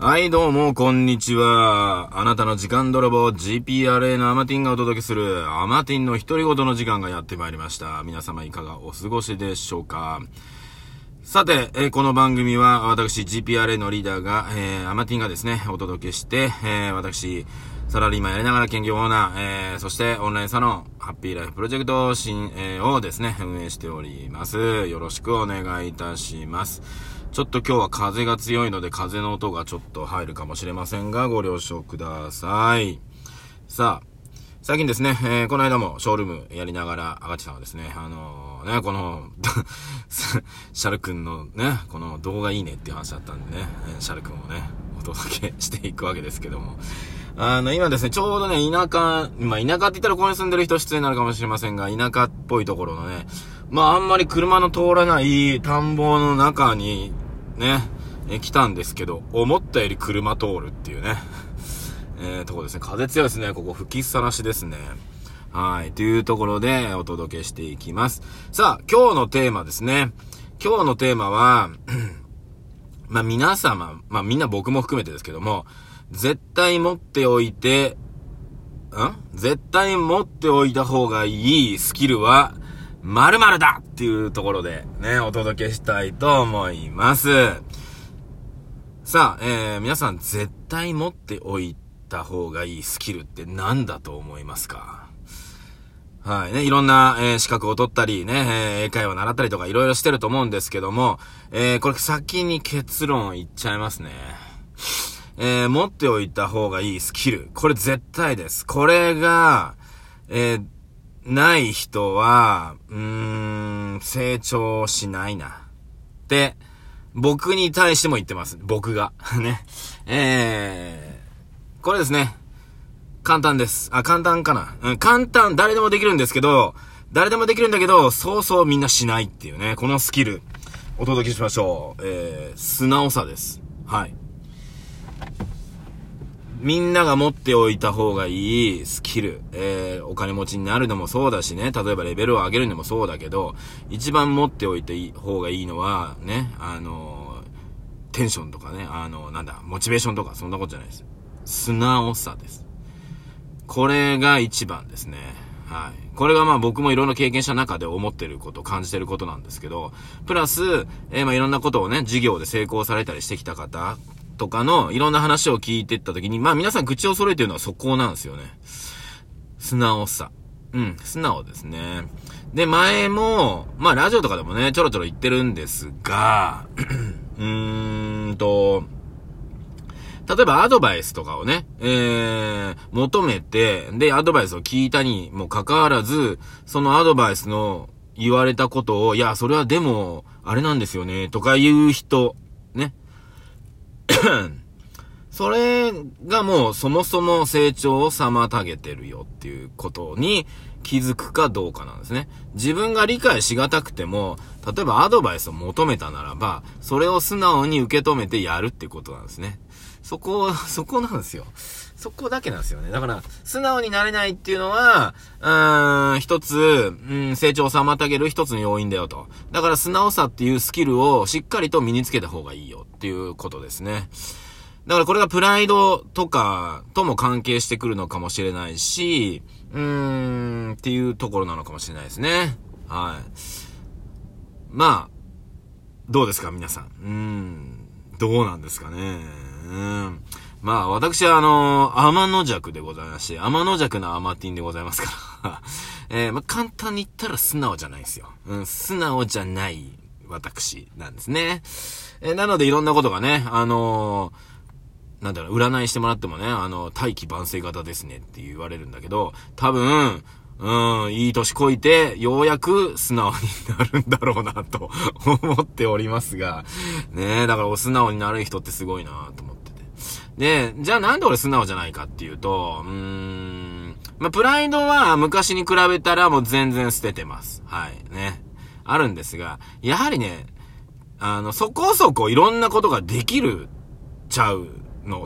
はいどうもこんにちは。あなたの時間泥棒 GPRA のアマティンがお届けするアマティンの独り言の時間がやってまいりました。皆様いかがお過ごしでしょうか。さて、この番組は私 GPRA のリーダーが、アマティンがですねお届けして、私サラリーマンやりながら兼業オーナー、そしてオンラインサロンハッピーライフプロジェクトをですね運営しております。よろしくお願いいたします。ちょっと今日は風が強いので風の音がちょっと入るかもしれませんがご了承ください。さあ、最近ですね、この間もショールームやりながら赤地さんはですね、このシャルくんのね、この動画いいねっていう話だったんでね、シャルくんをね、お届けしていくわけですけども。今ですね、ちょうどね、田舎って言ったらここに住んでる人失礼になるかもしれませんが、田舎っぽいところのね、あんまり車の通らない田んぼの中にね、来たんですけど、思ったより車通るっていうね、ところですね。風強いですね。ここ吹きさらしですね。はい。というところでお届けしていきます。さあ、今日のテーマですね。今日のテーマは、皆様、みんな僕も含めてですけども、絶対持っておいた方がいいスキルは、〇〇だっていうところでね、お届けしたいと思います。さあ、皆さん絶対持っておいた方がいいスキルって何だと思いますか？はいね、いろんな、資格を取ったりね、英会話を習ったりとかいろいろしてると思うんですけども、これ先に結論言っちゃいますね。持っておいた方がいいスキル。これ絶対です。これが、ない人は、成長しないな。って、僕に対しても言ってます。僕が。ね。これですね。簡単です。簡単かな。簡単、誰でもできるんだけど、そうそうみんなしないっていうね。このスキル、お届けしましょう。素直さです。はい。みんなが持っておいた方がいいスキル、お金持ちになるのもそうだしね、例えばレベルを上げるのもそうだけど、一番持っておいた方がいいのは、ね、テンションとかね、モチベーションとかそんなことじゃないです。素直さです。これが一番ですね。はい。これが僕もいろんな経験した中で思ってること、感じてることなんですけど、プラス、いろんなことをね、授業で成功されたりしてきた方、とかのいろんな話を聞いていったときに、皆さん口を揃えてるのはそこなんですよね。素直さ。素直ですね。で、前も、ラジオとかでもね、ちょろちょろ言ってるんですが、例えばアドバイスとかをね、求めて、で、アドバイスを聞いたにもかかわらず、そのアドバイスの言われたことを、いや、それはでも、あれなんですよね、とか言う人、ね。それがもうそもそも成長を妨げてるよっていうことに気づくかどうかなんですね。自分が理解しがたくても、例えばアドバイスを求めたならば、それを素直に受け止めてやるっていうことなんですね。そこなんですよ。そこだけなんですよね。だから、素直になれないっていうのは、一つ、成長を妨げる一つの要因だよと。だから素直さっていうスキルをしっかりと身につけた方がいいよっていうことですね。だからこれがプライドとかとも関係してくるのかもしれないし、っていうところなのかもしれないですね。はい。どうですか皆さん。どうなんですかね。私は天の弱でございまして、天の弱なアマティンでございますから。簡単に言ったら素直じゃないですよ。素直じゃない私なんですね。なのでいろんなことがね、占いしてもらってもね、大器晩成型ですねって言われるんだけど、多分、いい年こいて、ようやく素直になるんだろうなと思っておりますが、ねえ、だからお素直になる人ってすごいなと思ってて。で、じゃあなんで俺素直じゃないかっていうと、プライドは昔に比べたらもう全然捨ててます。はい、ね。あるんですが、やはりね、そこそこいろんなことができるちゃうのって、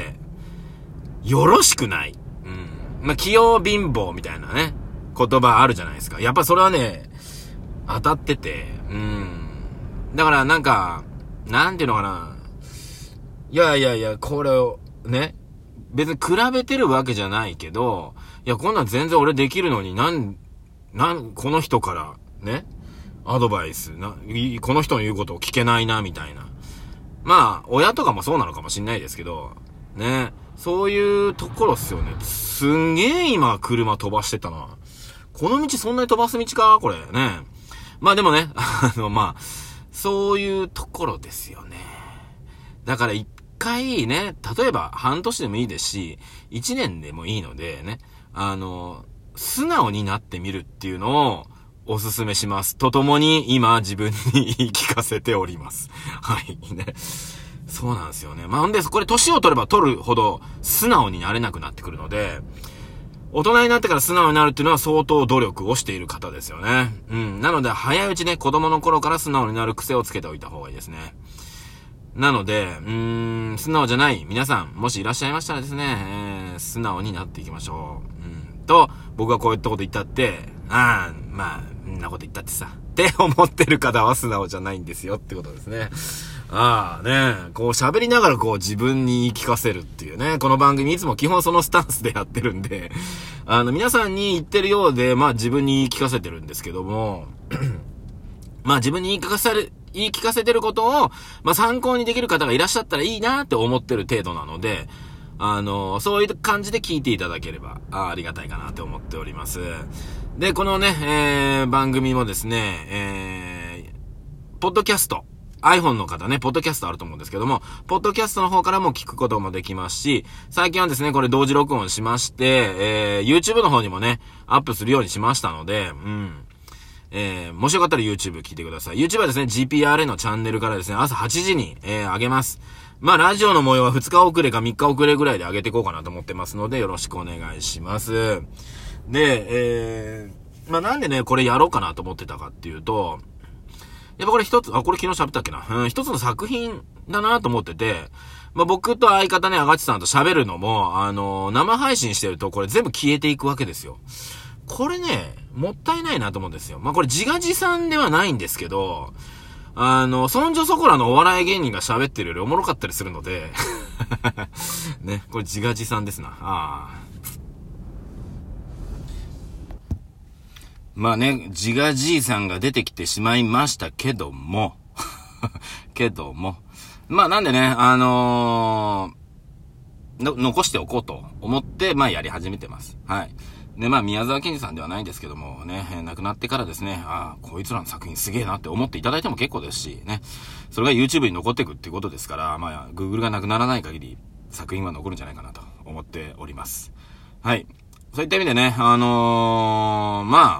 よろしくない。器用貧乏みたいなね、言葉あるじゃないですか。やっぱそれはね、当たってて、だからなんていうのかな、 いやいやいや、これを、ね、別に比べてるわけじゃないけど、いや、こんなん全然俺できるのにこの人から、ね、アドバイス、この人の言うことを聞けないな、みたいな。まあ、親とかもそうなのかもしんないですけど、ね、そういうところっすよね。すんげえ今、車飛ばしてたな。この道そんなに飛ばす道かこれ、ね。まあでもね、まあ、そういうところですよね。だから一回ね、例えば半年でもいいですし、1年でもいいのでね、素直になってみるっていうのをおすすめします。とともに今自分に言い聞かせております。はい、ね。そうなんですよね。まあ、ほんで、これ年を取れば取るほど素直になれなくなってくるので、大人になってから素直になるっていうのは相当努力をしている方ですよね。なので、早いうちね、子供の頃から素直になる癖をつけておいた方がいいですね。なので、素直じゃない皆さん、もしいらっしゃいましたらですね、素直になっていきましょう。僕がこういったこと言ったって、まあ、んなこと言ったってさ、って思ってる方は素直じゃないんですよってことですね。こう喋りながらこう自分に言い聞かせるっていうね、この番組いつも基本そのスタンスでやってるんで、皆さんに言ってるようで、まあ自分に言い聞かせてるんですけども、まあ自分に言い聞かせてることを、まあ参考にできる方がいらっしゃったらいいなって思ってる程度なので、そういう感じで聞いていただければ、ありがたいかなって思っております。で、このね、番組もですね、ポッドキャスト、iPhone の方ね、ポッドキャストあると思うんですけども、ポッドキャストの方からも聞くこともできますし、最近はですね、これ同時録音しまして、YouTube の方にもね、アップするようにしましたので、もしよかったら YouTube 聞いてください。YouTube はですね、GPRA のチャンネルからですね、朝8時に、上げます。まあ、ラジオの模様は2日遅れか3日遅れぐらいで上げていこうかなと思ってますので、よろしくお願いします。で、まあ、なんでね、これやろうかなと思ってたかっていうと、やっぱこれこれ昨日喋ったっけな。一つの作品だなと思ってて、まあ、僕と相方ね、あがちさんと喋るのも、生配信してるとこれ全部消えていくわけですよ。これね、もったいないなと思うんですよ。まあ、これ自画自賛ではないんですけど、そんじょそこらのお笑い芸人が喋ってるよりおもろかったりするので、ね、これ自画自賛ですな。まあね、自画じいさんが出てきてしまいましたけども、まあなんでね、残しておこうと思って、まあやり始めてます。はい。で、まあ宮沢賢治さんではないんですけどもね、亡くなってからですね、こいつらの作品すげえなって思っていただいても結構ですし、ね、それが YouTube に残っていくっていうことですから、まあ Google がなくならない限り作品は残るんじゃないかなと思っております。はい。そういった意味でね、ま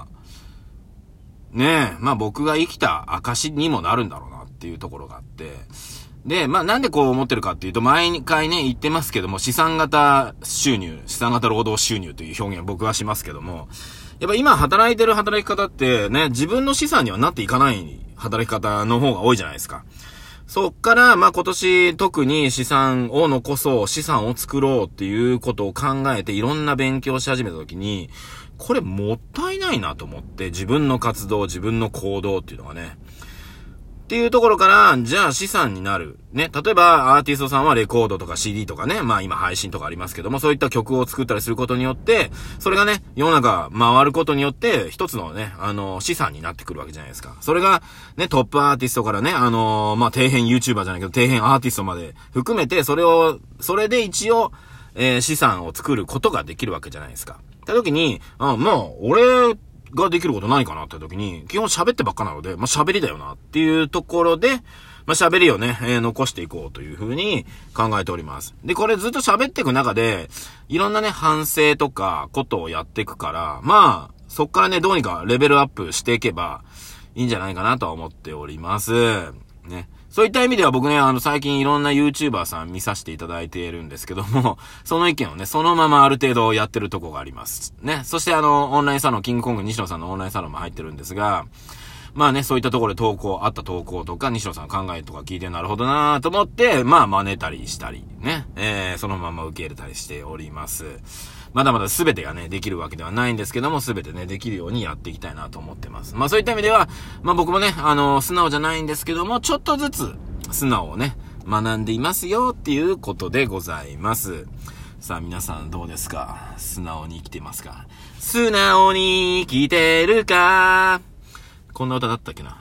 あ僕が生きた証にもなるんだろうなっていうところがあって、で、まあなんでこう思ってるかっていうと、毎回ね言ってますけども、資産型労働収入という表現を僕はしますけども、やっぱ今働いてる働き方ってね、自分の資産にはなっていかない働き方の方が多いじゃないですか。そっから、まあ今年特に資産を残そう、資産を作ろうっていうことを考えていろんな勉強し始めた時に、これもったいないなと思って、自分の活動、自分の行動っていうのがね。っていうところから、じゃあ資産になる。ね。例えば、アーティストさんはレコードとか CD とかね。まあ今配信とかありますけども、そういった曲を作ったりすることによって、それがね、世の中回ることによって、一つのね、資産になってくるわけじゃないですか。それが、ね、トップアーティストからね、まあ底辺 YouTuber じゃないけど、底辺アーティストまで含めて、それで一応、資産を作ることができるわけじゃないですか。って時に、まあ、俺ができることないかなって時に、基本喋ってばっかなので、まあ、喋りだよなっていうところで、まあ、喋りをね、残していこうというふうに考えております。で、これずっと喋っていく中で、いろんなね、反省とかことをやっていくから、まあ、そっからね、どうにかレベルアップしていけばいいんじゃないかなとは思っております。ね。そういった意味では僕ね、最近いろんな YouTuber さん見させていただいているんですけども、その意見をね、そのままある程度やってるとこがあります。ね。そしてオンラインサロン、キングコング西野さんのオンラインサロンも入ってるんですが、まあね、そういったところであった投稿とか、西野さんの考えとか聞いてなるほどなぁと思って、まあ真似たりしたり、ね。そのまま受け入れたりしております。まだまだ全てがね、できるわけではないんですけども、全てね、できるようにやっていきたいなと思ってます。まあそういった意味では、まあ僕もね、素直じゃないんですけども、ちょっとずつ、素直をね、 学んでいますよっていうことでございます。さあ皆さんどうですか？素直に生きてますか？素直に生きてるか？こんな歌だったっけな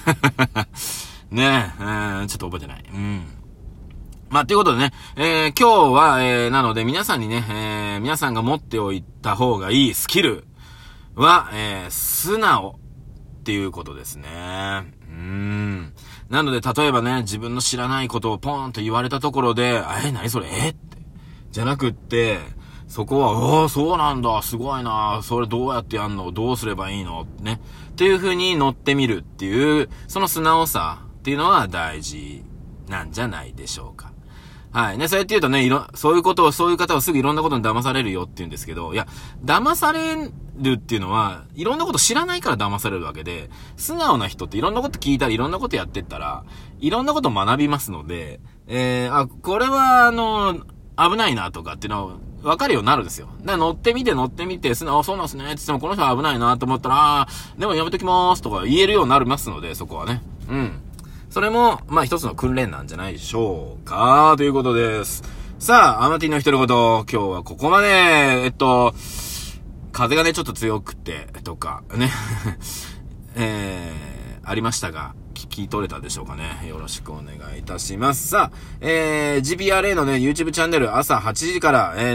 ねえ、ちょっと覚えてない。まあ、ということでね、今日は、なので皆さんにね、皆さんが持っておいた方がいいスキルは、素直っていうことですね。なので、例えばね、自分の知らないことをポーンと言われたところで、何それって。じゃなくって、そこは、そうなんだ、すごいな、それどうやってやんの？どうすればいいの？ね。っていう風に乗ってみるっていう、その素直さっていうのは大事なんじゃないでしょうか。はい。ね、そうやって言うとね、そういう方はすぐいろんなことに騙されるよって言うんですけど、いや、騙されるっていうのは、いろんなこと知らないから騙されるわけで、素直な人っていろんなこと聞いたり、いろんなことやってったら、いろんなこと学びますので、これは、危ないなとかっていうのは、わかるようになるんですよ。だから乗ってみて、そうなんですねって言っても、この人は危ないなと思ったら、でもやめときますとか言えるようになりますので、そこはね。それも、まあ一つの訓練なんじゃないでしょうか、ということです。さあ、アマティの独り言、今日はここまで。風がね、ちょっと強くて、とか、ね。ありましたが、聞き取れたでしょうかね。よろしくお願いいたします。さあ、GPRA のね、YouTube チャンネル朝8時から、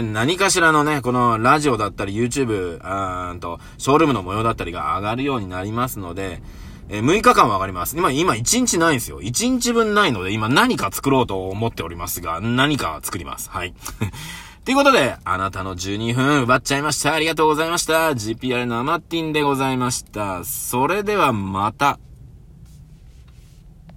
何かしらのね、このラジオだったり YouTube、ショールームの模様だったりが上がるようになりますので、6日間は上がります。今1日ないんですよ。1日分ないので、今何か作ろうと思っておりますが、何か作ります。はい。ということで、あなたの12分奪っちゃいました。ありがとうございました。GPR のアマティンでございました。それではまた。